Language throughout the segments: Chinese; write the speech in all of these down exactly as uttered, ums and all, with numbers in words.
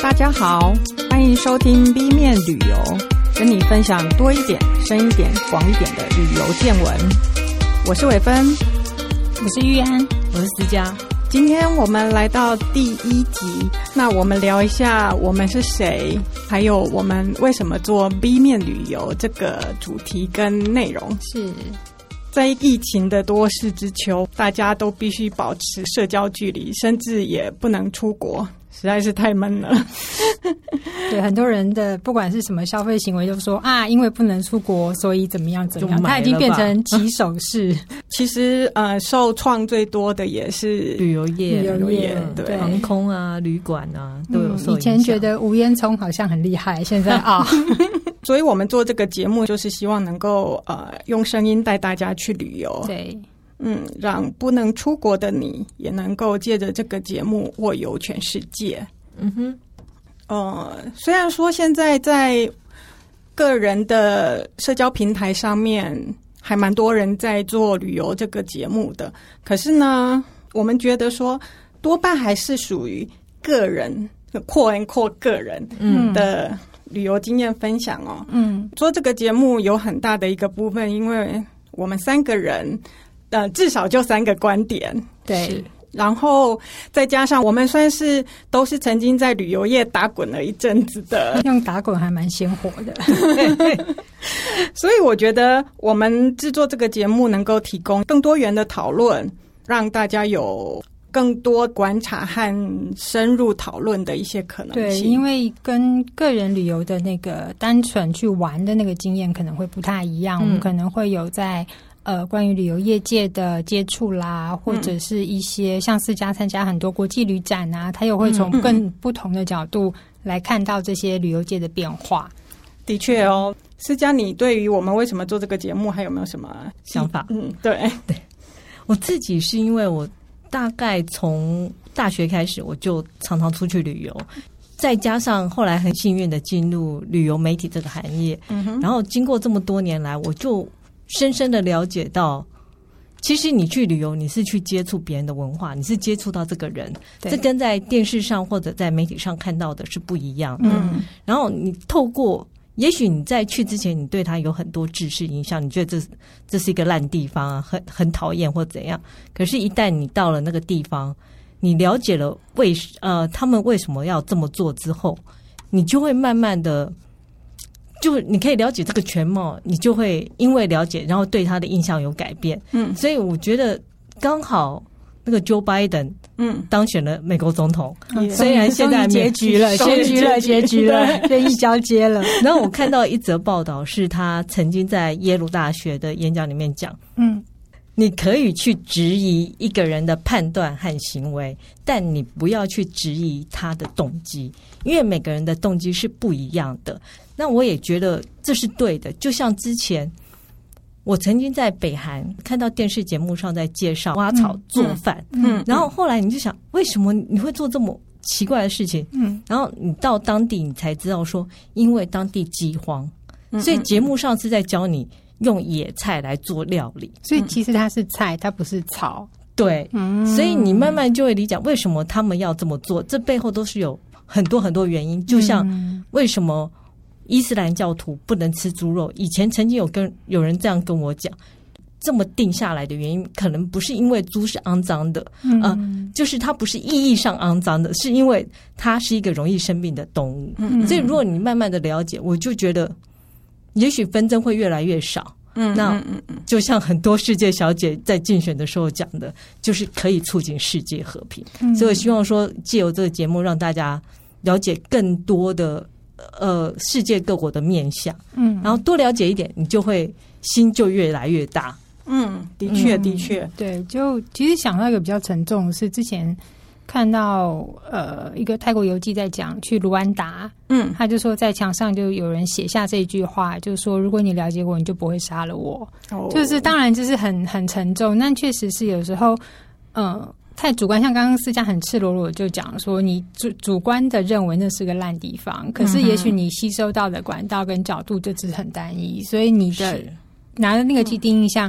大家好，欢迎收听 B 面旅游，跟你分享多一点、深一点、广一点的旅游见闻。我是伟芬， 我是玉安， 我是思佳。 今天我们来到第一集，那我们聊一下我们是谁，还有我们为什么做 B 面旅游这个主题跟内容。 是在疫情的多事之秋，大家都必须保持社交距离，甚至也不能出国，实在是太闷了。 对，很多人的不管是什么消费行为，就说啊，因为不能出国，所以怎么样怎么样，它已经变成起手式。 其实呃，受创最多的也是旅游业、 旅游业， 对，对航空啊、旅馆啊都有受影响。 嗯、以前觉得无烟囱好像很厉害，现在啊。 所以我们做这个节目就是希望能够呃用声音带大家去旅游， 对， 嗯，让不能出国的你也能够借着这个节目或游全世界。 嗯哼， 呃，虽然说现在在个人的社交平台上面还蛮多人在做旅游这个节目的，可是呢，我们觉得说多半还是属于个人扩恩扩个人的。嗯旅游经验分享哦，嗯，做这个节目有很大的一个部分，因为我们三个人，呃，至少就三个观点， 对， 然后再加上我们算是都是曾经在旅游业打滚了一阵子的， 用打滚还蛮鲜活的， 所以我觉得我们制作这个节目能够提供更多元的讨论，让大家有更多观察和深入讨论的一些可能性。 对，因为跟个人旅游的那个单纯去玩的那个经验可能会不太一样，嗯、我们可能会有在呃关于旅游业界的接触啦，或者是一些像思佳参加很多国际旅展啊，他又会从更不同的角度来看到这些旅游界的变化。 的确哦，思佳，你对于我们为什么做这个节目还有没有什么想法？ 嗯，对对， 我自己是因为我大概从大学开始，我就常常出去旅游，再加上后来很幸运的进入旅游媒体这个行业，嗯哼，然后经过这么多年来，我就深深的了解到，其实你去旅游，你是去接触别人的文化，你是接触到这个人，这跟在电视上或者在媒体上看到的是不一样的。嗯，然后你透过。也许你在去之前，你对他有很多制式影响，你觉得这这是一个烂地方啊，很很讨厌或怎样。可是，一旦你到了那个地方，你了解了为呃他们为什么要这么做之后，你就会慢慢的，就你可以了解这个全貌，你就会因为了解，然后对他的印象有改变。嗯，所以我觉得刚好。那个 Joe Biden 嗯当选了美国总统， 嗯、 虽然现在结局了，结局了，结局了，任意交接了。 然后我看到一则报道，是他曾经在耶鲁大学的演讲里面讲，嗯，你可以去质疑一个人的判断和行为，但你不要去质疑他的动机，因为每个人的动机是不一样的。那我也觉得这是对的，就像之前。我曾经在北韩看到电视节目上在介绍挖草做饭，嗯，嗯然后后来你就想，为什么你会做这么奇怪的事情？嗯，然后你到当地你才知道说，因为当地饥荒，嗯、所以节目上是在教你用野菜来做料理， 所以其实它是菜，它不是草。 对，嗯，所以你慢慢就会理解为什么他们要这么做，这背后都是有很多很多原因，就像为什么。伊斯兰教徒不能吃猪肉，以前曾经有跟有人这样跟我讲，这么定下来的原因，可能不是因为猪是肮脏的，嗯、呃，就是它不是意义上肮脏的，是因为它是一个容易生病的动物。嗯、所以如果你慢慢的了解，我就觉得，也许纷争会越来越少。嗯，那就像很多世界小姐在竞选的时候讲的，就是可以促进世界和平。嗯、所以我希望说，借由这个节目，让大家了解更多的。呃，世界各国的面向，嗯，然后多了解一点，你就会心就越来越大。 嗯，的确，的确， 对。就其实想到一个比较沉重的是，之前看到呃一个泰国游记在讲去卢安达，嗯，他就说在墙上就有人写下这一句话，就是说如果你了解我，你就不会杀了我。哦，就是当然就是很很沉重，但确实是有时候，嗯、呃。太主观，像刚刚思佳很赤裸裸就讲说，你主主观的认为那是个烂地方，可是也许你吸收到的管道跟角度就只是很单一，所以你的拿的那个既定印象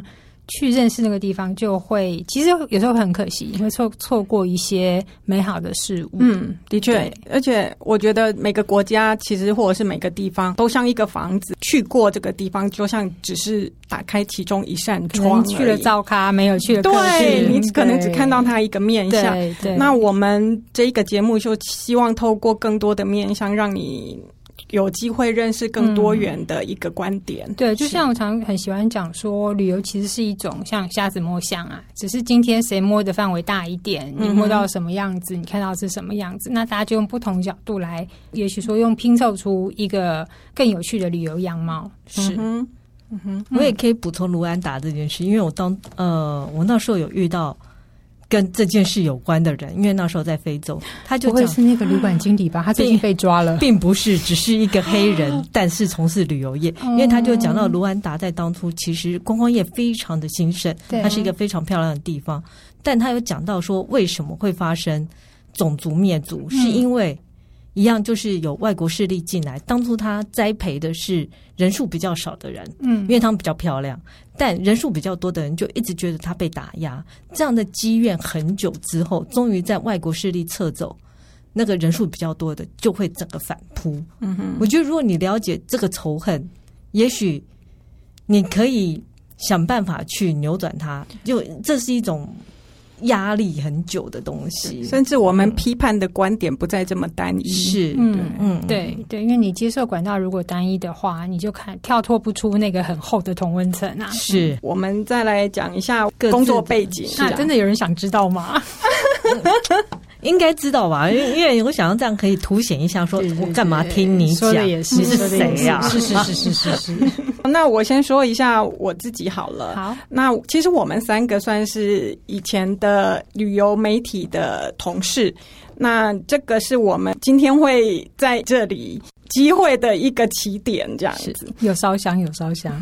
去认识那个地方，就会其实有时候很可惜，会错错过一些美好的事物。 嗯，的确，而且我觉得每个国家其实或者是每个地方都像一个房子，去过这个地方就像只是打开其中一扇窗而已， 去了灶咖，没有去了客对，你可能只看到它一个面向。 对对， 那我们这一个节目就希望透过更多的面向，让你有机会认识更多元的一个观点。 嗯、对，就像我常很喜欢讲说，旅游其实是一种像瞎子摸象啊，只是今天谁摸的范围大一点，你摸到什么样子，嗯、你看到是什么样子，那大家就用不同角度来，也许说用拼凑出一个更有趣的旅游样貌。是， 嗯嗯哼，我也可以补充卢安达这件事，因为我当呃，我那时候有遇到跟这件事有关的人，因为那时候在非洲，他就不会是那个旅馆经理吧？他最近被抓了， 并不是，只是一个黑人，但是从事旅游业。因为他就讲到卢安达在当初其实观光业非常的兴盛，它是一个非常漂亮的地方，但他有讲到说为什么会发生种族灭族，是因为一样就是有外国势力进来，当初他栽培的是人数比较少的人，嗯，因为他们比较漂亮，但人数比较多的人就一直觉得他被打压，这样的积怨很久之后，终于在外国势力撤走，那个人数比较多的就会整个反扑。嗯哼，我觉得如果你了解这个仇恨，也许你可以想办法去扭转它，就这是一种压力很久的东西， 甚至我们批判的观点不再这么单一。 是， 嗯嗯，对对，因为你接受管道如果单一的话，你就看跳脱不出那个很厚的同温层啊。 是， 我们再来讲一下工作背景。 那、啊、真的有人想知道吗？ 应该知道吧，因为因为我想要这样可以凸显一下说，说我干嘛听你讲？ 说的也是， 你是谁呀、 啊？是是是是是是。 那我先说一下我自己好了。 好， 那其实我们三个算是以前的旅游媒体的同事，那这个是我们今天会在这里机会的一个起点，这样子。 有烧香，有烧香。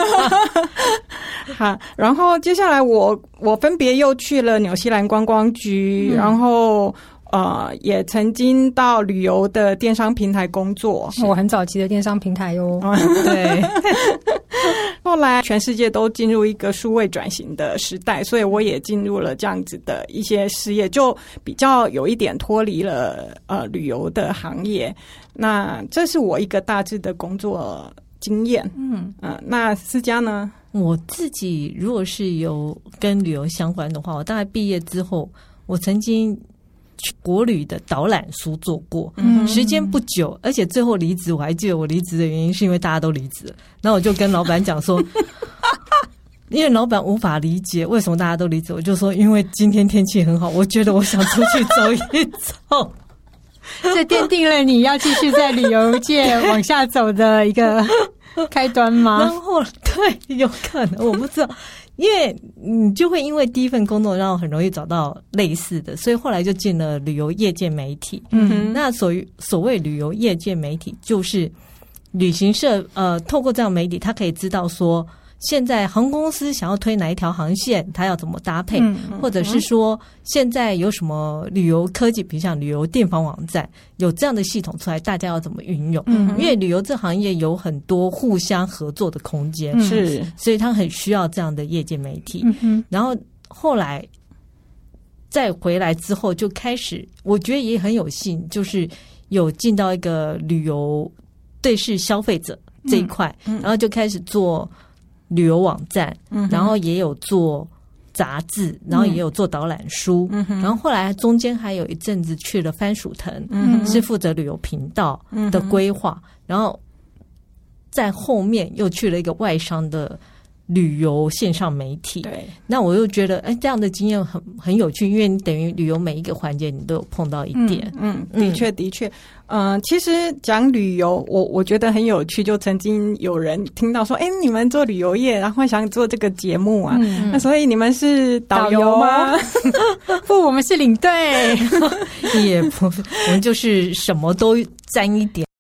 好，然后接下来我我分别又去了纽西兰观光局，嗯、然后呃也曾经到旅游的电商平台工作。 我很早期的电商平台哟。 对。后来全世界都进入一个数位转型的时代，所以我也进入了这样子的一些事业，就比较有一点脱离了呃旅游的行业。那这是我一个大致的工作经验。嗯嗯、呃，那思佳呢？ 我自己如果是有跟旅游相关的话，我大概毕业之后，我曾经去国旅的导览书做过，嗯、时间不久，而且最后离职，我还记得我离职的原因是因为大家都离职了，然后我就跟老板讲说，因为老板无法理解为什么大家都离职，我就说因为今天天气很好，我觉得我想出去走一走。 这奠定了你要继续在旅游界往下走的一个开端吗？ 然后对，有可能我不知道，因为你就会因为第一份工作，然后很容易找到类似的，所以后来就进了旅游业界媒体。嗯哼，那所所谓旅游业界媒体，就是旅行社呃，透过这样媒体，他可以知道说，现在航空公司想要推哪一条航线，它要怎么搭配，嗯嗯、或者是说现在有什么旅游科技，比如像旅游订房网站有这样的系统出来，大家要怎么运用？嗯、因为旅游这行业有很多互相合作的空间， 是、嗯， 所以他很需要这样的业界媒体。嗯、然后后来再回来之后，就开始我觉得也很有幸，就是有进到一个旅游对视消费者这一块，嗯嗯、然后就开始做旅游网站，嗯、然后也有做杂志，然后也有做导览书，嗯、然后后来中间还有一阵子去了番薯藤，嗯、是负责旅游频道的规划，嗯、然后在后面又去了一个外商的旅游线上媒体。 对， 那我又觉得哎，这样的经验很很有趣，因为你等于旅游每一个环节你都有碰到一点。 嗯，嗯的确的确。嗯、呃，其实讲旅游，我我觉得很有趣。就曾经有人听到说，哎，你们做旅游业，然后想做这个节目啊，嗯、那所以你们是导游吗？ 不，我们是领队， 也不，我们就是什么都沾一点。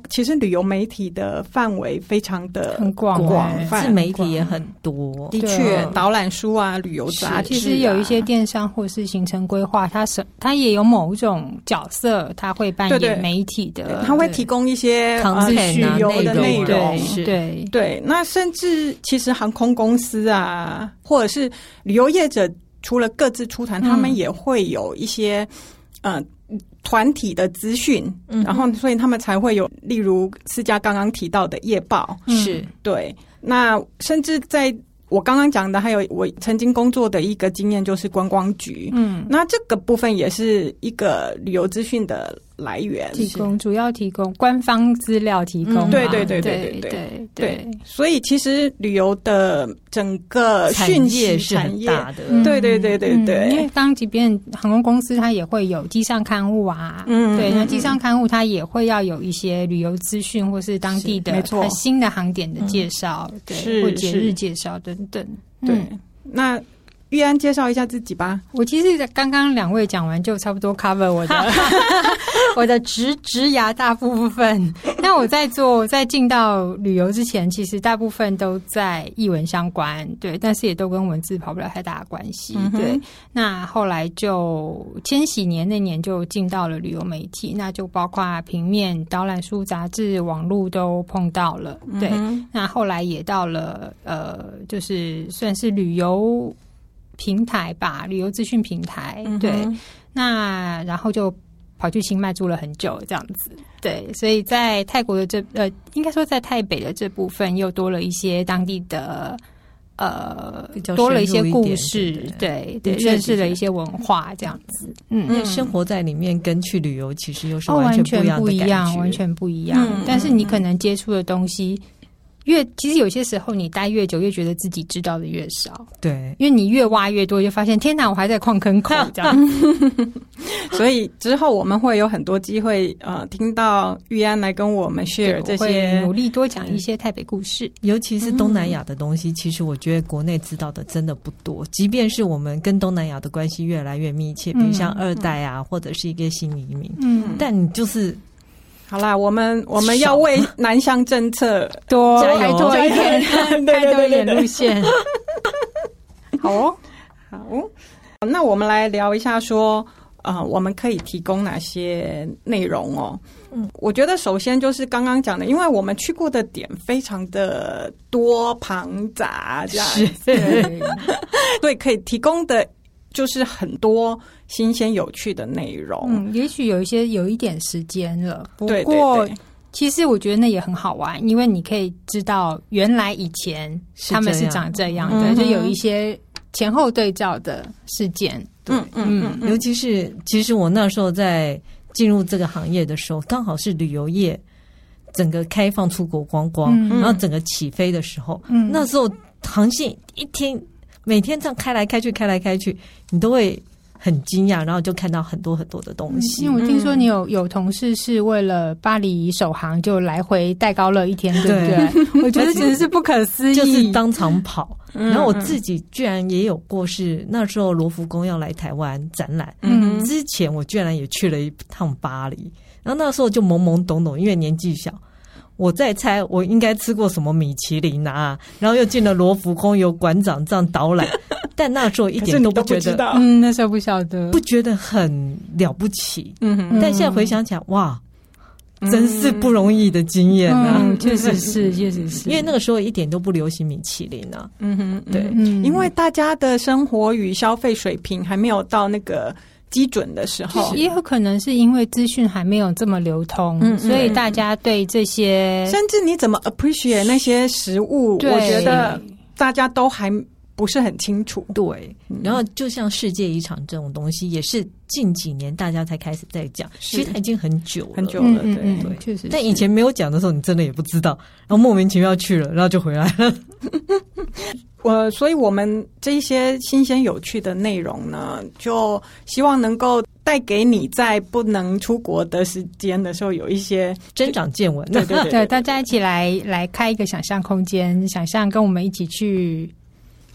其实旅游媒体的范围非常的很广泛， 自媒体也很多。 的确，导览书啊、旅游杂志、啊， 其实有一些电商或是行程规划，它是它也有某种角色，它会扮演媒体的， 它会提供一些呃旅游的内容， 对对对。那甚至其实航空公司啊，或者是旅游业者，除了各自出团，他们也会有一些呃。团体的资讯，然后所以他们才会有，例如思佳刚刚提到的夜报， 是对。那甚至在我刚刚讲的，还有我曾经工作的一个经验，就是观光局，嗯，那这个部分也是一个旅游资讯的来源， 提供主要提供官方资料提供、嗯， 对对对对对对对。所以其实旅游的整个讯息产业是很大的， 嗯、对对对对对。 嗯、因为当即便航空公司它也会有机上刊物啊，嗯，对，那机上刊物它也会要有一些旅游资讯或是当地的它新的航点的介绍，嗯、对，或节日介绍等等。 对，嗯、那玉安介绍一下自己吧。 我其实刚刚两位讲完就差不多 cover 我的我的职职涯大部分。那我在做在进到旅游之前，其实大部分都在艺文相关，对，但是也都跟文字跑不了太大的关系。嗯、对，那后来就千禧年那年就进到了旅游媒体，那就包括平面、导览书、杂志、网络都碰到了。对，嗯、那后来也到了呃，就是算是旅游平台吧，旅游资讯平台，对，嗯、那然后就跑去清迈住了很久，这样子，对，所以在泰国的这呃，应该说在台北的这部分又多了一些当地的呃，多了一些故事，对对，认识了一些文化，这样子，嗯， 因为生活在里面跟去旅游其实又是完全不一样的感觉， 哦、完全不一样，完全不一样。嗯、但是你可能接触的东西。越其实有些时候你待越久，越觉得自己知道的越少。 对， 因为你越挖越多，就发现天哪，我还在矿坑口这样。 所以之后我们会有很多机会，呃，听到玉安来跟我们 share 这些， 努力多讲一些台北故事， 尤其是东南亚的东西。嗯、其实我觉得国内知道的真的不多，即便是我们跟东南亚的关系越来越密切，比如像二代啊，嗯、或者是一个新移民，嗯，但你就是。 好啦，我们我们要为南向政策多开拓一点，开拓一点路线。 好哦，好，那我们来聊一下说，呃，我们可以提供哪些内容哦？嗯，我觉得首先就是刚刚讲的，因为我们去过的点非常的多庞杂，这样是，对，可以提供的就是很多新鲜有趣的内容。 嗯，也许有一些有一点时间了，不过对对对其实我觉得那也很好玩，因为你可以知道原来以前他们是长这样的，就有一些前后对照的事件。 嗯嗯嗯，尤其是其实我那时候在进入这个行业的时候，刚好是旅游业整个开放出国观光，嗯、然后整个起飞的时候，嗯、那时候航线一天每天这样开来开去开来开去，你都会很惊讶，然后就看到很多很多的东西。 嗯、因为我听说你有有同事是为了巴黎首航就来回戴高乐一天，对不对？我觉得简直是不可思议， 就是当场跑。然后我自己居然也有过是那时候罗浮宫要来台湾展览，嗯，之前我居然也去了一趟巴黎，然后那时候就懵懵懂懂，因为年纪小。我在猜我应该吃过什么米其林啊，然后又进了罗浮宫有馆长这样导览，但那时候一点都不觉得， 嗯，那时候不晓得， 不觉得很了不起，嗯哼，但现在回想起来，哇，真是不容易的经验啊！ 确、嗯、实是，确实是， 因为那个时候一点都不流行米其林啊，嗯哼，对， 嗯、因为大家的生活与消费水平还没有到那个基准的时候， 也有可能是因为资讯还没有这么流通，嗯、所以大家对这些， 甚至你怎么 appreciate 那些食物，我觉得大家都还不是很清楚。 对，然后就像世界遗产这种东西，也是近几年大家才开始在讲，其实它已经很久了， 很久了，对、 嗯、对，确实。 但以前没有讲的时候，你真的也不知道，然后莫名其妙去了，然后就回来了。 我所以我们这一些新鲜有趣的内容呢，就希望能够带给你在不能出国的时间的时候有一些增长见闻。 对对 对, 对，大家一起来来开一个想象空间，想象跟我们一起去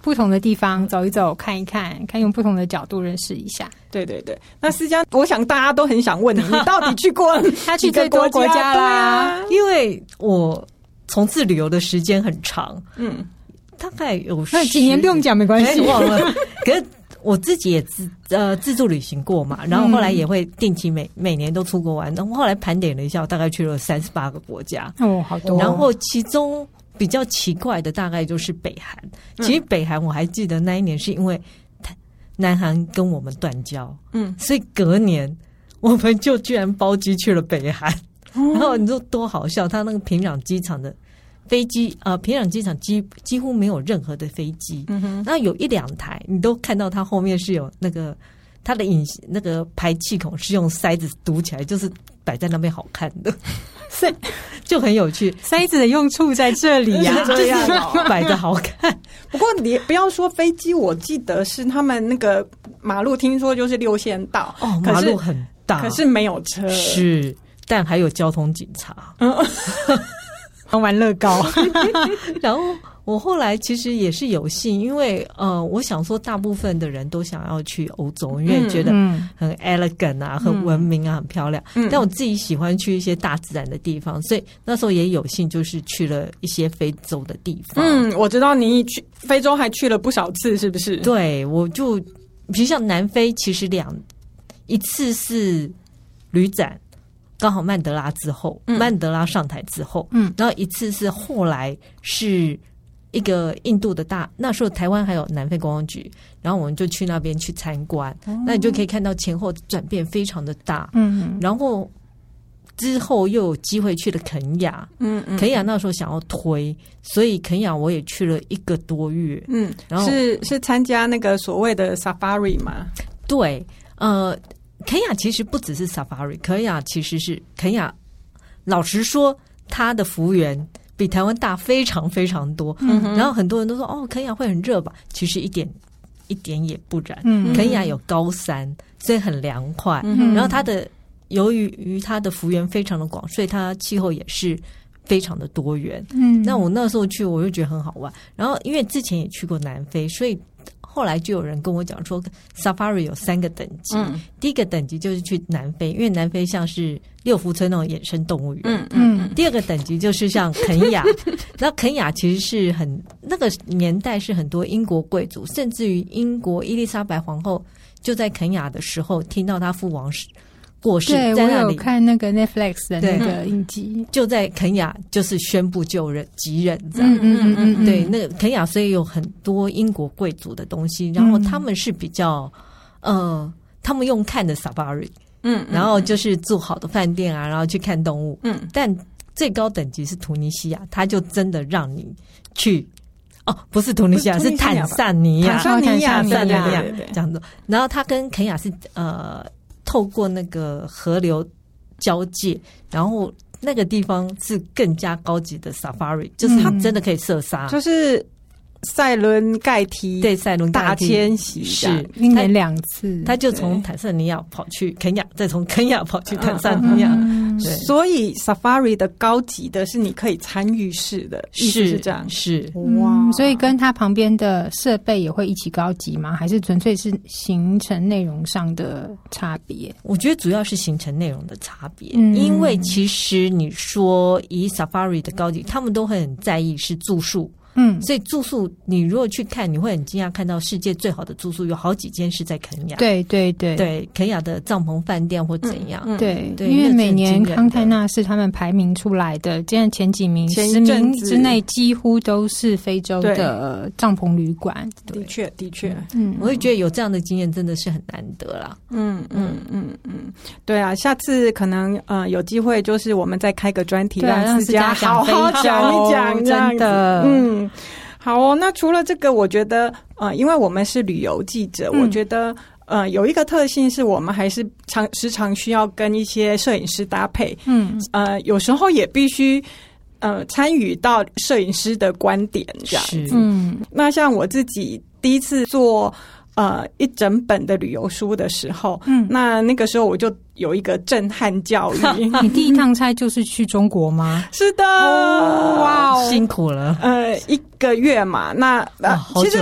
不同的地方走一走，看一看，看用不同的角度认识一下。 对对对，那思佳，我想大家都很想问你，你到底去过他去最多国家啦？ 啊、因为我从事旅游的时间很长， 嗯， 大概有那几年不用讲没关系， 忘了。可是我自己也自呃自助旅行过嘛，然后后来也会定期每每年都出国玩，然后后来盘点了一下，我大概去了三十八个国家， 哦，好多。 然后其中比较奇怪的大概就是北韩，其实北韩我还记得那一年是因为南韩跟我们断交，嗯，所以隔年我们就居然包机去了北韩，哦、然后你说多好笑，他那个平壤机场的飞机，呃，平壤机场几几乎没有任何的飞机，嗯哼，那有一两台，你都看到它后面是有那个它的隐那个排气孔是用塞子堵起来，就是摆在那边好看的。塞就很有趣， 塞子的用处在这里呀、啊， 这样哦， 摆着好看。 不过你不要说飞机，我记得是他们那个马路，听说就是六线道哦，马路很大， 可是没有车， 是，但还有交通警察， 嗯， 玩乐高。 然后我后来其实也是有幸，因为呃，我想说大部分的人都想要去欧洲，因为觉得很 elegant 啊，嗯、很文明啊，很漂亮。嗯、但我自己喜欢去一些大自然的地方，所以那时候也有幸就是去了一些非洲的地方。 嗯，我知道你去非洲还去了不少次，是不是？ 对，我就比如像南非，其实两一次是旅展。刚好曼德拉之后，嗯、曼德拉上台之后，嗯，然后一次是后来是一个印度的大，那时候台湾还有南非观光局，然后我们就去那边去参观，哦、那你就可以看到前后转变非常的大，嗯，然后之后又有机会去了肯亚，嗯嗯，肯亚那时候想要推，所以肯亚我也去了一个多月， 嗯，然后是是参加那个所谓的 safari 吗？ 对，呃。肯亚其实不只是 safari， 肯亚其实是肯亚，老实说，它的幅员比台湾大非常非常多。嗯、然后很多人都说，哦，肯亚会很热吧？其实一点一点也不然。嗯、肯亚有高山，所以很凉快。嗯、然后它的由于于它的幅员非常的广，所以它气候也是非常的多元。嗯，那我那时候去，我就觉得很好玩。然后因为之前也去过南非，所以。后来就有人跟我讲说 Safari 有三个等级，嗯、第一个等级就是去南非，因为南非像是六福村那种野生动物园，嗯嗯。第二个等级就是像肯亚，然后肯亚其实是很那个年代是很多英国贵族，甚至于英国伊丽莎白皇后就在肯亚的时候听到她父王过世， 对， 在那里我有看那个 Netflix 的那个影集， 就在肯亚就是宣布就任即任这样，嗯嗯嗯嗯，对，那个肯亚所以有很多英国贵族的东西，然后他们是比较呃，他们用看的 safari， 嗯，然后就是住好的饭店啊，然后去看动物，嗯，但最高等级是突尼西亚，他就真的让你去。哦，不是突尼西亚，是坦桑尼亚， 坦桑尼亚， 坦桑尼亚这样子。然后他跟肯亚是呃。透过那个河流交界，然后那个地方是更加高级的 safari， 就是它真的可以射杀， 嗯、就是塞伦盖提对塞伦大迁徙是一年两次， 他就从坦桑尼亚跑去肯亚，再从肯亚跑去坦桑尼亚。 嗯、所以 safari 的高级的是你可以参与式的，意思是这样， 是哇、嗯，所以跟它旁边的设备也会一起高级吗？还是纯粹是行程内容上的差别？ 我觉得主要是行程内容的差别，嗯、因为其实你说以 safari 的高级，他们都会很在意是住宿。嗯，所以住宿你如果去看，你会很惊讶看到世界最好的住宿有好几间是在肯亚。 对对对对，肯亚的帐篷饭店或怎样？ 嗯、对对，因为每年康泰纳是他们排名出来的，现在前几名十名之内几乎都是非洲的帐篷旅馆。 的确的确， 嗯，我会觉得有这样的经验真的是很难得啦。 嗯嗯嗯嗯，对啊，下次可能呃有机会就是我们再开个专题，让思佳好好讲一讲，真的，嗯。好哦，那除了这个，我觉得呃，因为我们是旅游记者，嗯、我觉得呃有一个特性是我们还是常时常需要跟一些摄影师搭配，嗯，呃，有时候也必须呃参与到摄影师的观点这样子。嗯，那像我自己第一次做呃一整本的旅游书的时候，嗯，那那个时候我就有一个震撼教育。 你第一趟差就是去中国吗？ 是的，哦、 哇，辛苦了。 呃，一个月嘛，那、呃、 其实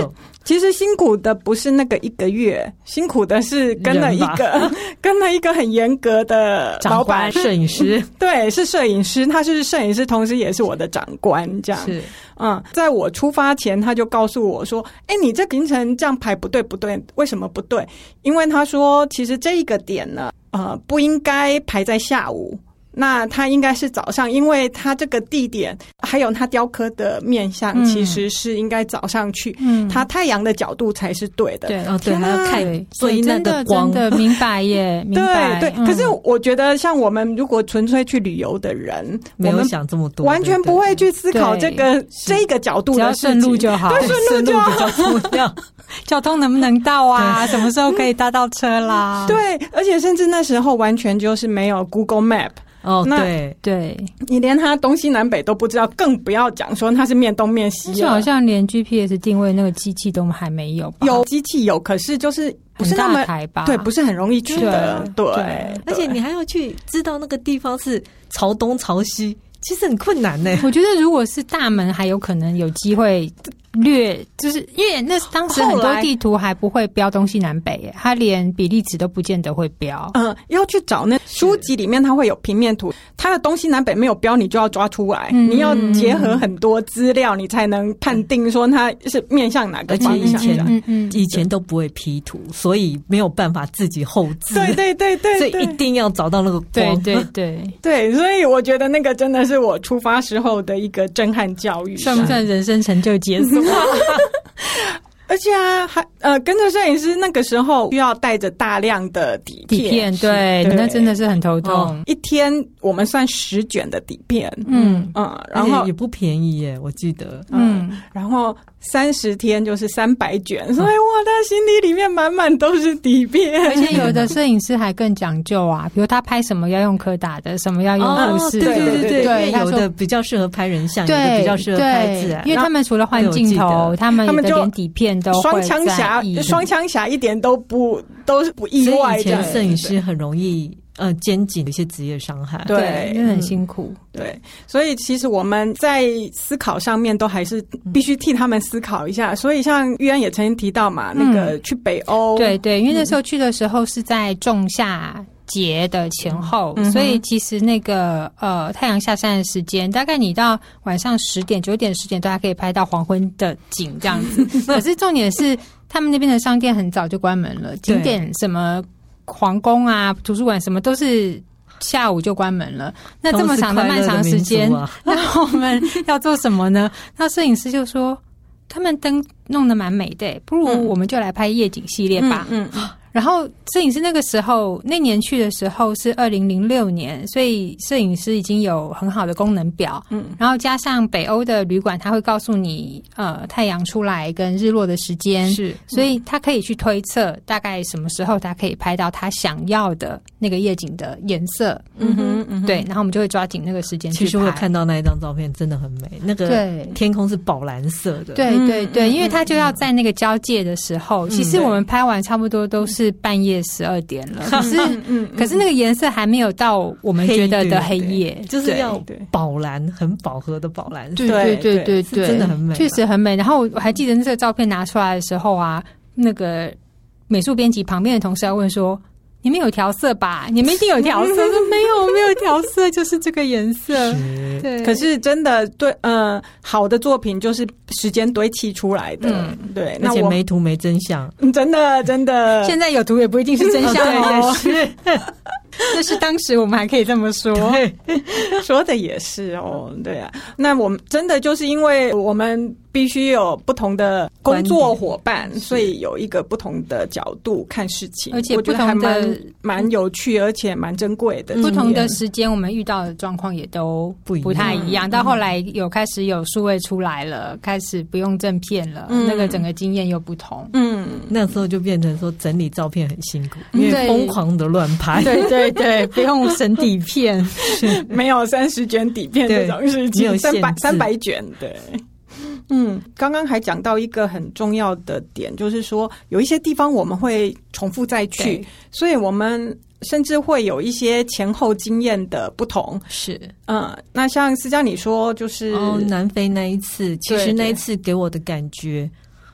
其实辛苦的不是那个一个月，辛苦的是跟了一个跟了一个很严格的老板摄影师， 对，是摄影师，他是摄影师，同时也是我的长官，这样是。 嗯，在我出发前，他就告诉我说：“哎，你这行程这样排不对，不对，为什么不对？因为他说，其实这一个点呢，呃，不应该排在下午。”那它应该是早上，因为它这个地点还有它雕刻的面向，嗯、其实是应该早上去，嗯，它太阳的角度才是对的。 对， 哦，对，还要看，所以那个光真的明白耶，明白。 对对、嗯，可是我觉得，像我们如果纯粹去旅游的人， 没有想这么多， 完全不会去思考这个这个角度的事情， 只要顺路就好， 对，顺路就好， 重要。 交通能不能到啊？什么时候可以搭到车啦？ 对，而且甚至那时候完全就是没有 Google Map。 哦，对对， 你连它东西南北都不知道，更不要讲说它是面东面西了。 就好像连 G P S 定位那个机器都还没有吧？ 有机器有，可是就是不是那么台吧？ 对，不是很容易取得。对，对对而且你还要去知道那个地方是朝东朝西，其实很困难呢。 我觉得如果是大门，还有可能有机会。略就是因为那当时很多地图还不会标东西南北，它连比例尺都不见得会标。 嗯、呃，要去找那书籍里面它会有平面图，它的东西南北没有标，你就要抓出来。嗯、你要结合很多资料，你才能判定说它是面向哪个方向。 而且以前、嗯嗯、以前都不会 P 图，所以没有办法自己后置。 对对对 对, 对， 所以一定要找到那个光。 对对对对，所以我觉得那个真的是我出发时候的一个震撼教育。 算不算人生成就解锁？ 而且啊，还呃，跟着摄影师那个时候需要带着大量的底片， 底片对，对那真的是很头痛。 哦、一天我们算十卷的底片， 嗯嗯，然后也不便宜耶，我记得， 嗯，嗯然后三十天就是三百卷，所以哇，他行李里面满满都是底片。 而且有的摄影师还更讲究啊，比如他拍什么要用柯达的，什么要用富士的， 对对对对对， 有的比较适合拍人像，有的比较适合拍自然， 因为他们除了换镜头，他们有的连底片都双枪侠，双枪侠一点都不都是不意外。 以前摄影师很容易呃肩颈的一些职业伤害， 对， 真的很辛苦。 对，所以其实我们在思考上面都还是必须替他们思考一下。所以像玉安也曾经提到嘛，那个去北欧， 嗯、对对，因为那时候去的时候是在仲夏节的前后，嗯、所以其实那个呃太阳下山的时间，大概你到晚上十点、九点、十点都还可以拍到黄昏的景这样子。可是重点是，他们那边的商店很早就关门了，景点什么皇宫啊、图书馆什么都是。下午就关门了，那这么长的漫长时间，啊、那我们要做什么呢？那摄影师就说，他们灯弄得蛮美的，不如我们就来拍夜景系列吧。嗯。嗯嗯然后摄影师那个时候那年去的时候是二零零六年，所以摄影师已经有很好的功能表，嗯，然后加上北欧的旅馆，他会告诉你呃太阳出来跟日落的时间，是，所以他可以去推测大概什么时候他可以拍到他想要的那个夜景的颜色，嗯哼，嗯哼对，然后我们就会抓紧那个时间去拍。 其实我看到那一张照片真的很美，那个天空是宝蓝色的， 对对对，因为他就要在那个交界的时候，嗯、其实我们拍完差不多都是。是半夜十二点了，可是嗯，可是那个颜色还没有到我们觉得的黑夜， 就是要宝蓝，很饱和的宝蓝色， 对对对对对， 真的很美， 确实很美。然后我还记得那个照片拿出来的时候啊，那个美术编辑旁边的同事要问说。你们有调色吧？你们一定有调色。说没有，没有调色，就是这个颜色。 对，可是真的对，呃，好的作品就是时间堆砌出来的。嗯、对， 而且没图没真相。 真的，真的。 现在有图也不一定是真相哦。 对，也是。 那是当时我们还可以这么说， 说的也是哦，对啊。那我们真的就是因为我们必须有不同的工作伙伴，所以有一个不同的角度看事情， 而且不同的蛮有趣，而且蛮珍贵的。 不同的时间，我们遇到的状况也都不不太一样。到后来有开始有数位出来了，开始不用正片了，嗯、那个整个经验又不同。 嗯，那时候就变成说整理照片很辛苦，因为疯狂的乱拍。 对对。对对，不用省底片， 没有三十卷底片这种事情，三百三百卷，对。嗯，刚刚还讲到一个很重要的点，就是说有一些地方我们会重复再去，所以我们甚至会有一些前后经验的不同。 是， 嗯，那像思佳你说，就是哦，南非那一次，其实那一次给我的感觉。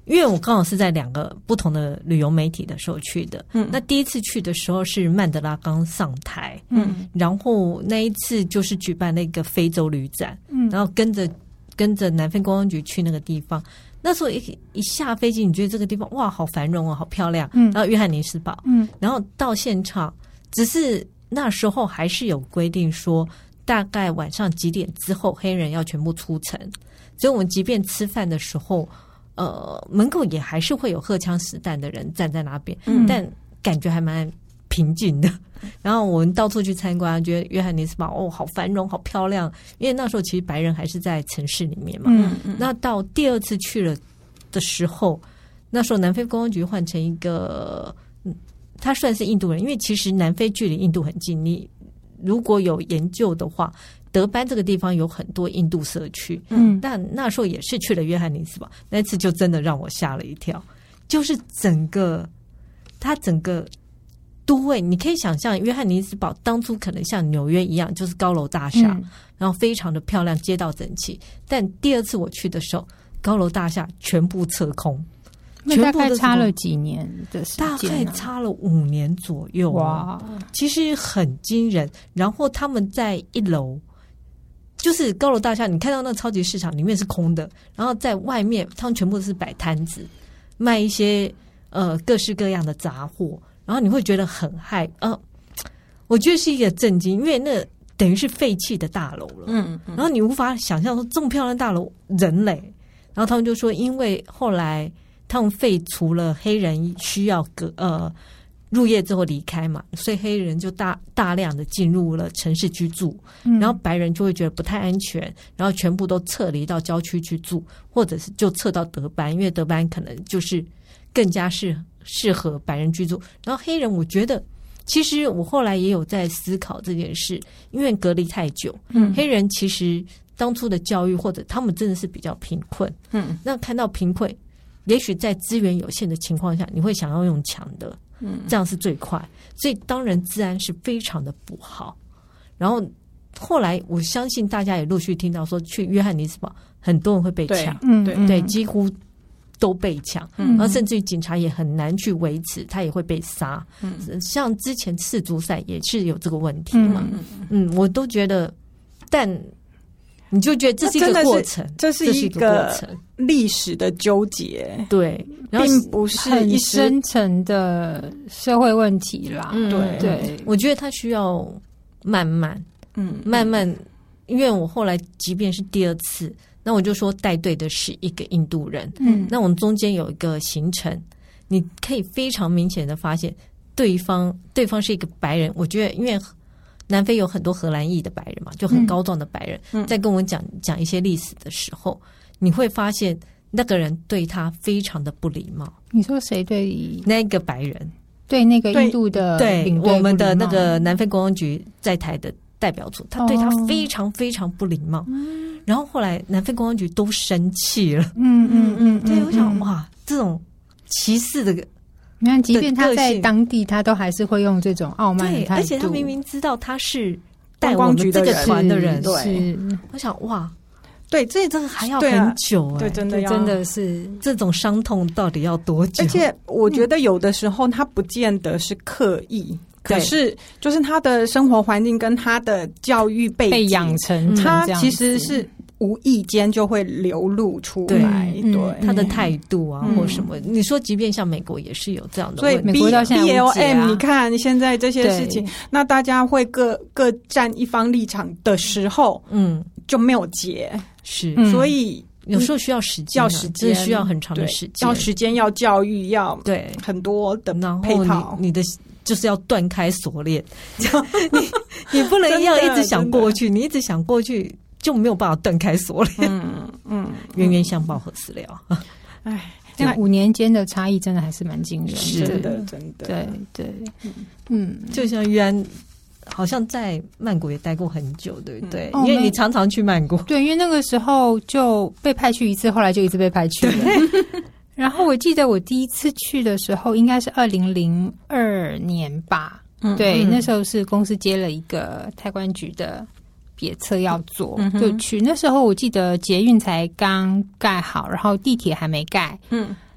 因为我刚好是在两个不同的旅游媒体的时候去的。嗯，那第一次去的时候是曼德拉刚上台，嗯，然后那一次就是举办那个非洲旅展，嗯，然后跟着跟着南非观光局去那个地方。那时候一一下飞机，你觉得这个地方哇，好繁荣哦，好漂亮。嗯，然后约翰尼斯堡，嗯，然后到现场，只是那时候还是有规定说，大概晚上几点之后，黑人要全部出城。所以我们即便吃饭的时候，呃，门口也还是会有荷枪实弹的人站在那边，嗯，但感觉还蛮平静的。然后我们到处去参观，觉得约翰尼斯堡哦，好繁荣，好漂亮。因为那时候其实白人还是在城市里面嘛。嗯嗯。那到第二次去了的时候，那时候南非观光局换成一个，嗯，他算是印度人，因为其实南非距离印度很近。你如果有研究的话，德班这个地方有很多印度社区，嗯，但那时候也是去了约翰尼斯堡，那次就真的让我吓了一跳，就是整个它整个都会，你可以想象约翰尼斯堡当初可能像纽约一样，就是高楼大厦，嗯，然后非常的漂亮，街道整齐。但第二次我去的时候，高楼大厦全部撤空。 那大概差了几年的时间，啊？ 大概差了五年左右。哇，其实很惊人。然后他们在一楼，就是高楼大厦，你看到那超级市场里面是空的，然后在外面他们全部是摆摊子，卖一些呃各式各样的杂货，然后你会觉得很害呃，我觉得是一个震惊，因为那等于是废弃的大楼了。嗯，嗯，然后你无法想象说这么漂亮的大楼人嘞，然后他们就说，因为后来他们废除了黑人需要隔呃入夜之后离开嘛，所以黑人就大大量的进入了城市居住，嗯，然后白人就会觉得不太安全，然后全部都撤离到郊区去住，或者是就撤到德班，因为德班可能就是更加适适合白人居住。然后黑人，我觉得其实我后来也有在思考这件事，因为隔离太久，嗯，黑人其实当初的教育或者他们真的是比较贫困，嗯，那看到贫困，也许在资源有限的情况下，你会想要用抢的，嗯，这样是最快。所以当然治安是非常的不好。然后后来我相信大家也陆续听到说，去约翰尼斯堡很多人会被抢， 嗯， 对对，几乎都被抢，嗯，然后甚至于警察也很难去维持，他也会被杀。嗯，像之前世足赛也是有这个问题嘛，嗯，嗯，我都觉得，但你就觉得这是一个过程， 这是一个历史的纠结， 对，然后并不是很深层的社会问题啦。 嗯，对对，我觉得它需要慢慢，嗯，慢慢，因为我后来即便是第二次，那我就说带队的是一个印度人，嗯，那我们中间有一个行程，你可以非常明显的发现，对方对方是一个白人，我觉得因为南非有很多荷兰裔的白人嘛，就很高壮的白人，嗯，在跟我们讲讲一些历史的时候，你会发现那个人对他非常的不礼貌。 你说谁对那个白人？ 对那个印度的对我们的那个南非观光局在台的代表处，他对他非常非常不礼貌。嗯，然后后来南非观光局都生气了。嗯嗯嗯，对，我想哇，这种歧视的。 你看，即便他在当地，他都还是会用这种傲慢的态度， 而且他明明知道他是带我们这个团的人， 对， 我想哇， 对，这这个还要很久，欸， 对，真的真的是这种伤痛到底要多久？ 而且我觉得有的时候他不见得是刻意。嗯，可是就是他的生活环境跟他的教育背景被养成， 他其实是无意间就会流露出来，对，对， 他的态度啊，嗯，或什么，你说即便像美国也是有这样的问题， 所以美国到现在 B L M， 你看你现在这些事情，那大家会各各站一方立场的时候，嗯，就没有结， 是， 所以有时候需要时间， 要时间， 需要很长的时间， 要时间，要教育，要对很多的配套， 你你的。就是要断开锁链，你你不能要一直想过去，你一直想过去就没有办法断开锁链。嗯嗯，冤冤相报何时了？ 哎，这五年间的差异真的还是蛮惊人的， 是的，真的， 对对， 嗯，就像约安，好像在曼谷也待过很久，对不对？因为你常常去曼谷， 对，因为那个时候就被派去一次，后来就一直被派去了。然后我记得我第一次去的时候应该是二零零二年吧，嗯，对，嗯，那时候是公司接了一个泰观局的别册要做，嗯，就去。那时候我记得捷运才刚盖好，然后地铁还没盖，嗯，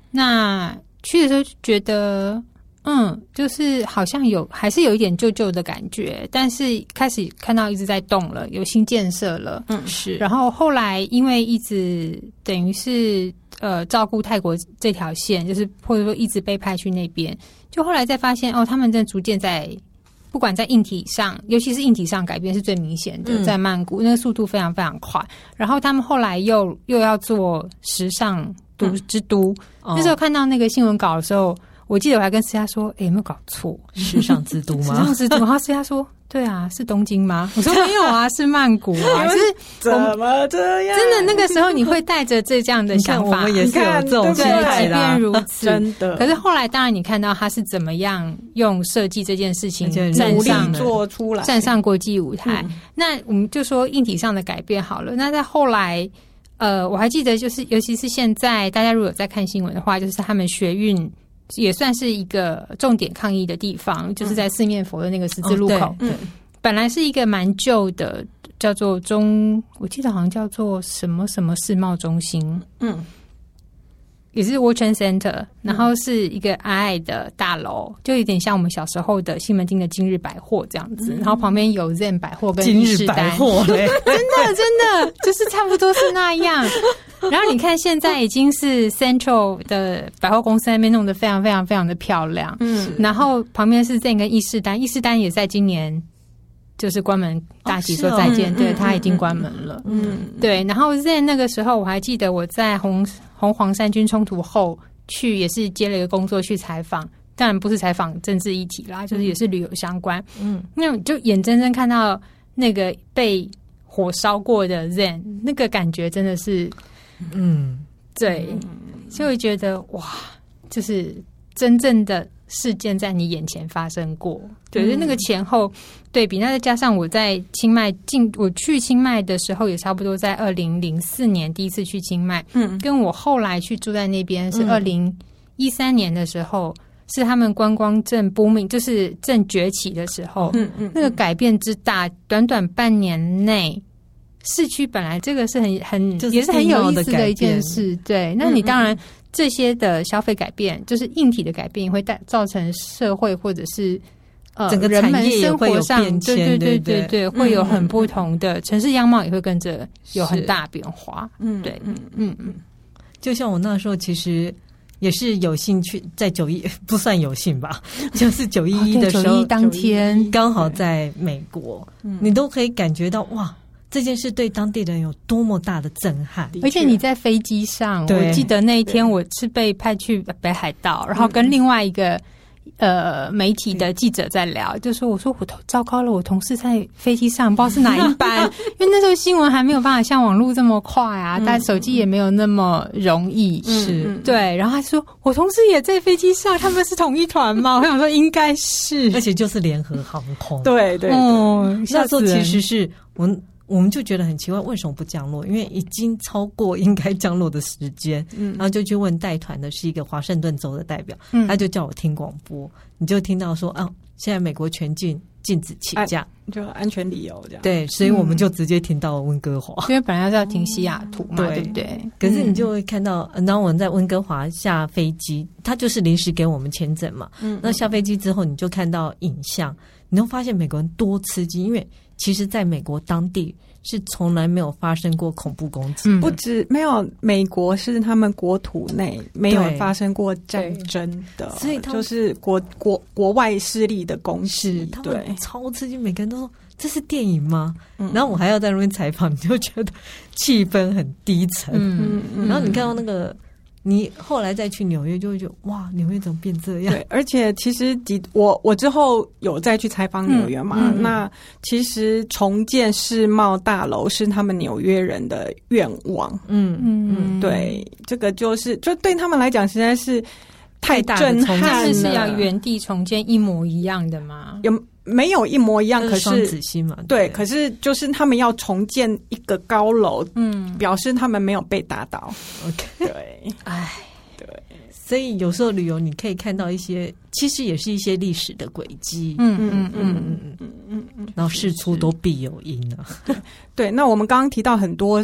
那去的时候就觉得嗯，就是好像有还是有一点旧旧的感觉，但是开始看到一直在动了，有新建设了。 嗯，是。 然后后来因为一直等于是呃照顾泰国这条线，就是或者说一直被派去那边，就后来再发现哦，他们正逐渐在不管在硬体上，尤其是硬体上改变是最明显的，嗯、在曼谷那个速度非常非常快。然后他们后来又又要做时尚都之都，嗯、那时候看到那个新闻稿的时候。我记得我还跟思佳说：“哎、欸，有没有搞错？ 时尚之都吗？ 时尚之都。”然后思佳说：“对啊，是东京吗？”我说：“没有啊，是曼谷啊。”就是怎么这样？ 真的，那个时候你会带着这这样的想法， 我们也是有这种心态的、啊。 即便如此， 真的。 可是后来，当然你看到他是怎么样用设计这件事情站上做出来， 站上国际舞台。嗯、那我们就说硬体上的改变好了。那在后来，呃，我还记得，就是尤其是现在，大家如果有在看新闻的话，就是他们学运。也算是一个重点抗议的地方，就是在四面佛的那个十字路口。 哦、对，对本来是一个蛮旧的，叫做中，我记得好像叫做什么什么世贸中心。嗯。也是 World Trade Center， 然后是一个矮矮的大楼，就有点像我们小时候的西门町的今日百货这样子，嗯、然后旁边有 Zen 百货跟今日百货， 真的真的就是差不多是那样。然后你看现在已经是 Central 的百货公司那边弄得非常非常非常的漂亮，嗯，然后旁边是 Zen 跟伊势丹，伊势丹也在今年就是关门大喜说再见，哦哦、对，他已经关门了，嗯，对。然后 Zen 那个时候我还记得我在红红黄衫军冲突后去，也是接了一个工作去采访，当然不是采访政治议题啦，就是也是旅游相关，嗯，那就眼睁睁看到那个被火烧过的 Zen， 那个感觉真的是，嗯，对，就会觉得哇，就是真正的事件在你眼前发生过，对，就那个前后对比。那再加上我在清迈进，我去清迈的时候也差不多在二零零四年第一次去清迈，嗯，跟我后来去住在那边是二零一三年的时候，嗯、是他们观光正 booming， 就是正崛起的时候，嗯嗯，那个改变之大，短短半年内。市区本来这个是很很也是很有意思的一件事，对。那你当然这些的消费改变，就是硬体的改变，也会带造成社会或者是呃整个人们生活上对对对对对，会有很不同的城市样貌，也会跟着有很大变化。嗯，对，嗯嗯嗯。 就像我那时候其实也是有兴趣，在九一不算有幸吧，就是九一一的时候， 九一当天刚好在美国，你都可以感觉到哇。这件事对当地人有多么大的震撼， 而且你在飞机上，我记得那一天我是被派去北海道，然后跟另外一个呃媒体的记者在聊，就说我说我糟糕了，我同事在飞机上不知道是哪一班，因为那时候新闻还没有办法像网络这么快啊，但手机也没有那么容易， 是对。然后他说我同事也在飞机上，他们是同一团吗？我想说应该是， 而且就是联合航空， 对对， 哦， 那时候其实是我们。我们就觉得很奇怪，为什么不降落？因为已经超过应该降落的时间，嗯，然后就去问带团的是一个华盛顿州的代表，嗯，他就叫我听广播，你就听到说啊，现在美国全境禁止起降， 就安全理由这样。 对，所以我们就直接停到了温哥华， 因为本来是要停西雅图嘛， 对对不对？ 可是你就会看到，然后我们在温哥华下飞机，他就是临时给我们签证嘛，嗯，那下飞机之后，你就看到影像，你会发现美国人多吃惊，因为其实在美国当地是从来没有发生过恐怖攻击， 嗯、不止没有美国是他们国土内没有发生过战争的， 所以就是国国国外势力的攻击， 他们超刺激，每个人都说这是电影吗？嗯、然后我还要在那边采访，你就觉得气氛很低沉，嗯嗯、然后你看到那个。你后来再去纽约，就会觉得哇，纽约怎么变这样？ 对，而且其实我我之后有再去采访纽约嘛，嗯嗯、那其实重建世贸大楼是他们纽约人的愿望。嗯嗯，对，这个就是就对他们来讲实在是太震撼了。 这是要原地重建一模一样的吗？ 有。没有一模一样，可是双子星嘛， 对，可是就是他们要重建一个高楼，嗯，表示他们没有被打倒。 OK， 对， 哎，对，所以有时候旅游你可以看到一些，其实也是一些历史的轨迹，嗯嗯嗯嗯嗯嗯嗯，然后事出都必有因啊。 对，那我们刚刚提到很多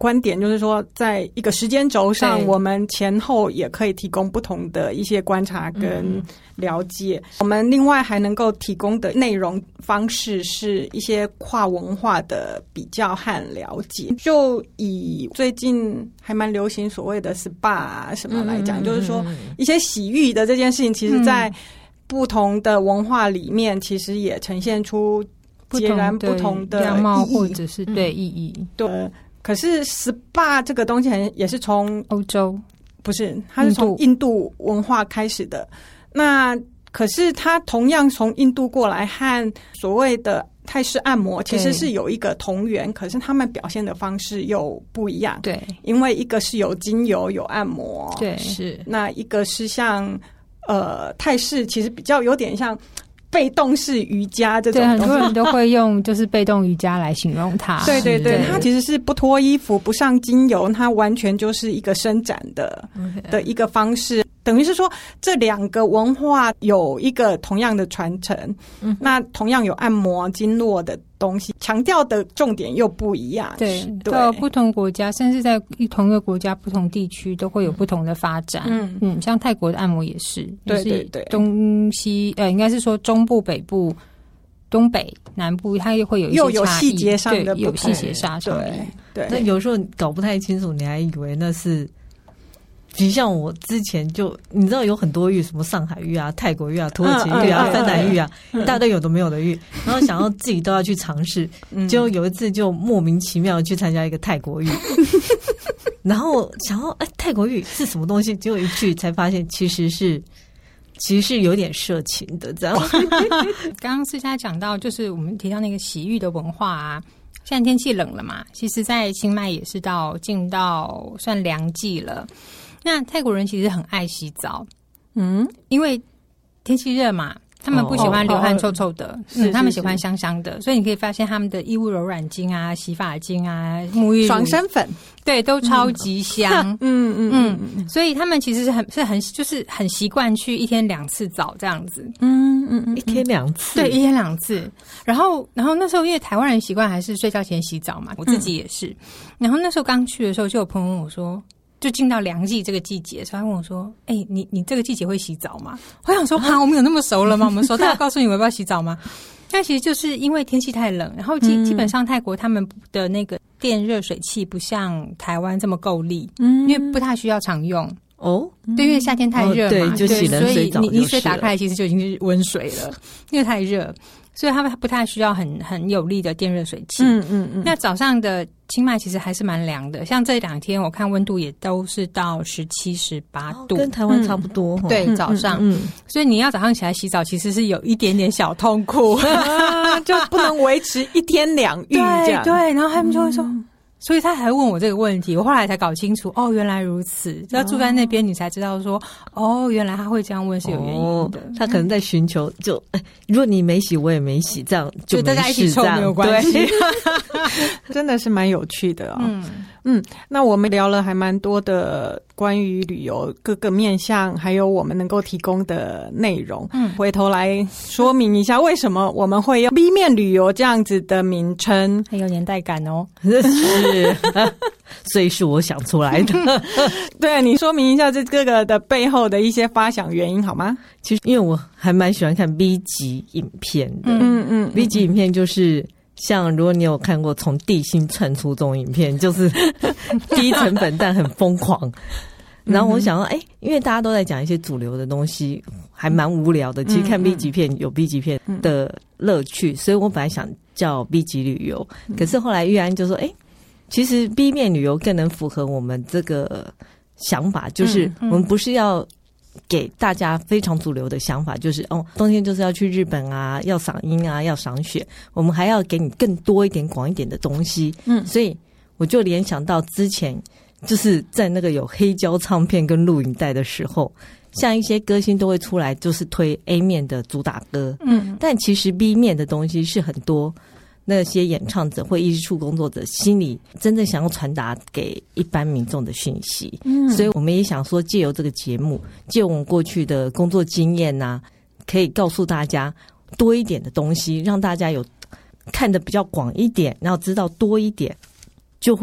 观点，就是说在一个时间轴上，我们前后也可以提供不同的一些观察跟了解。嗯、我们另外还能够提供的内容方式是一些跨文化的比较和了解。就以最近还蛮流行所谓的 S P A 啊什么来讲，嗯、就是说一些洗浴的这件事情，其实在不同的文化里面，其实也呈现出截然不同的样貌，或者是对意义。 嗯、对。可是 S P A 这个东西很也是从欧洲， 不是，它是从印度文化开始的。那可是它同样从印度过来，和所谓的泰式按摩其实是有一个同源，可是他们表现的方式又不一样。 对， 因为一个是有精油有按摩， 对， 是那一个是像呃泰式，其实比较有点像被动式瑜伽这种东西， 对，很多人都会用就是被动瑜伽来形容它。 对对对，它其实是不脱衣服、不上精油，它完全就是一个伸展的、okay. 的一个方式。等于是说，这两个文化有一个同样的传承，嗯，那同样有按摩经络的东西，强调的重点又不一样。 对，到不同国家，甚至在同一个国家不同地区都会有不同的发展。嗯嗯，像泰国的按摩也是， 对对对， 东西呃，应该是说中部、北部、东北、南部，它又会有一些又有细节上的不同， 有细节上的。 对，那有时候搞不太清楚，你还以为那是。其实像我之前就你知道有很多浴，什么上海浴啊、泰国浴啊、土耳其浴啊、芬兰浴啊，一大堆有的没有的浴，然后想要自己都要去尝试，结果有一次就莫名其妙的去参加一个泰国浴，然后想要哎泰国浴是什么东西，结果一去才发现其实是其实是有点色情的这样。 刚刚思佳讲到，就是我们提到那个洗浴的文化啊。现在天气冷了嘛，其实在清迈也是到进到算凉季了。那泰国人其实很爱洗澡，嗯，因为天气热嘛，他们不喜欢流汗臭臭的，哦哦嗯，他们喜欢香香的，所以你可以发现他们的衣物柔软巾啊、洗发精啊、沐浴爽身粉， 对，都超级香， 嗯嗯嗯嗯，所以他们其实是很是很就是很习惯去一天两次澡这样子， 嗯嗯嗯， 一天两次， 对，一天两次。然后然后那时候因为台湾人习惯还是睡觉前洗澡嘛，我自己也是。嗯、然后那时候刚去的时候，就有朋友问我说。就进到凉季这个季节，所以他问我说：“哎、欸，你你这个季节会洗澡吗？”我想说：“哈，我们有那么熟了吗？我们熟到要告诉你我要不要洗澡吗？”但其实就是因为天气太冷，然后基、嗯、基本上泰国他们的那个电热水器不像台湾这么够力，嗯，因为不太需要常用哦。 对，因为夏天太热嘛，哦、 对，就洗冷水澡， 所以你你水打开来其实就已经是温水了，因为太热。所以他们不太需要很很有力的电热水器。嗯嗯嗯。那早上的清迈其实还是蛮凉的，像这两天我看温度也都是到十七、十八度， 哦，跟台湾差不多。 嗯、对，早上。嗯, 嗯, 嗯。所以你要早上起来洗澡，其实是有一点点小痛苦， 啊、就不能维持一天两浴这样。 对对，然后他们就会说。嗯，所以他还问我这个问题，我后来才搞清楚，哦，原来如此。要住在那边，你才知道说，哦，原来他会这样问是有原因的。 哦、他可能在寻求，就如果你没洗，我也没洗，这样就没事， 大家一起臭没有关系。 真的是蛮有趣的哦。嗯嗯，那我们聊了还蛮多的关于旅游各个面向，还有我们能够提供的内容。嗯，回头来说明一下，为什么我们会用 B 面旅游这样子的名称， 很有年代感哦。 是，所以是我想出来的。 对，你说明一下这这个的背后的一些发想原因好吗？ 其实因为我还蛮喜欢看 B 级影片的。嗯嗯 ，B 级影片就是。像如果你有看过从地心窜出这种影片，就是低成本但很疯狂。然后我想说，哎、欸，因为大家都在讲一些主流的东西，还蛮无聊的。其实看 B 级片有 B 级片的乐趣，所以我本来想叫 B 级旅游，可是后来玉安就说，哎、欸，其实 B 面旅游更能符合我们这个想法，就是我们不是要。给大家非常主流的想法，就是哦，冬天就是要去日本啊，要赏樱啊，要赏雪。我们还要给你更多一点、广一点的东西。嗯，所以我就联想到之前就是在那个有黑胶唱片跟录影带的时候，像一些歌星都会出来，就是推 A 面的主打歌。嗯，但其实 B 面的东西是很多。那些演唱者或艺术工作者心里真正想要传达给一般民众的讯息，嗯，所以我们也想说借由这个节目，借我们过去的工作经验啊，可以告诉大家多一点的东西，让大家有看得比较广一点，然后知道多一点，就会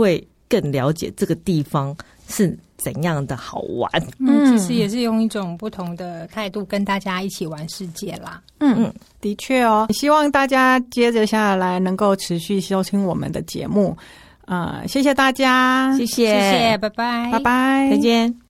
更了解这个地方是怎样的好玩。 嗯，其实也是用一种不同的态度跟大家一起玩世界啦。 嗯嗯，的确哦，希望大家接着下来能够持续收听我们的节目。呃，谢谢大家， 谢谢， 谢谢，拜拜， 拜拜， 再见。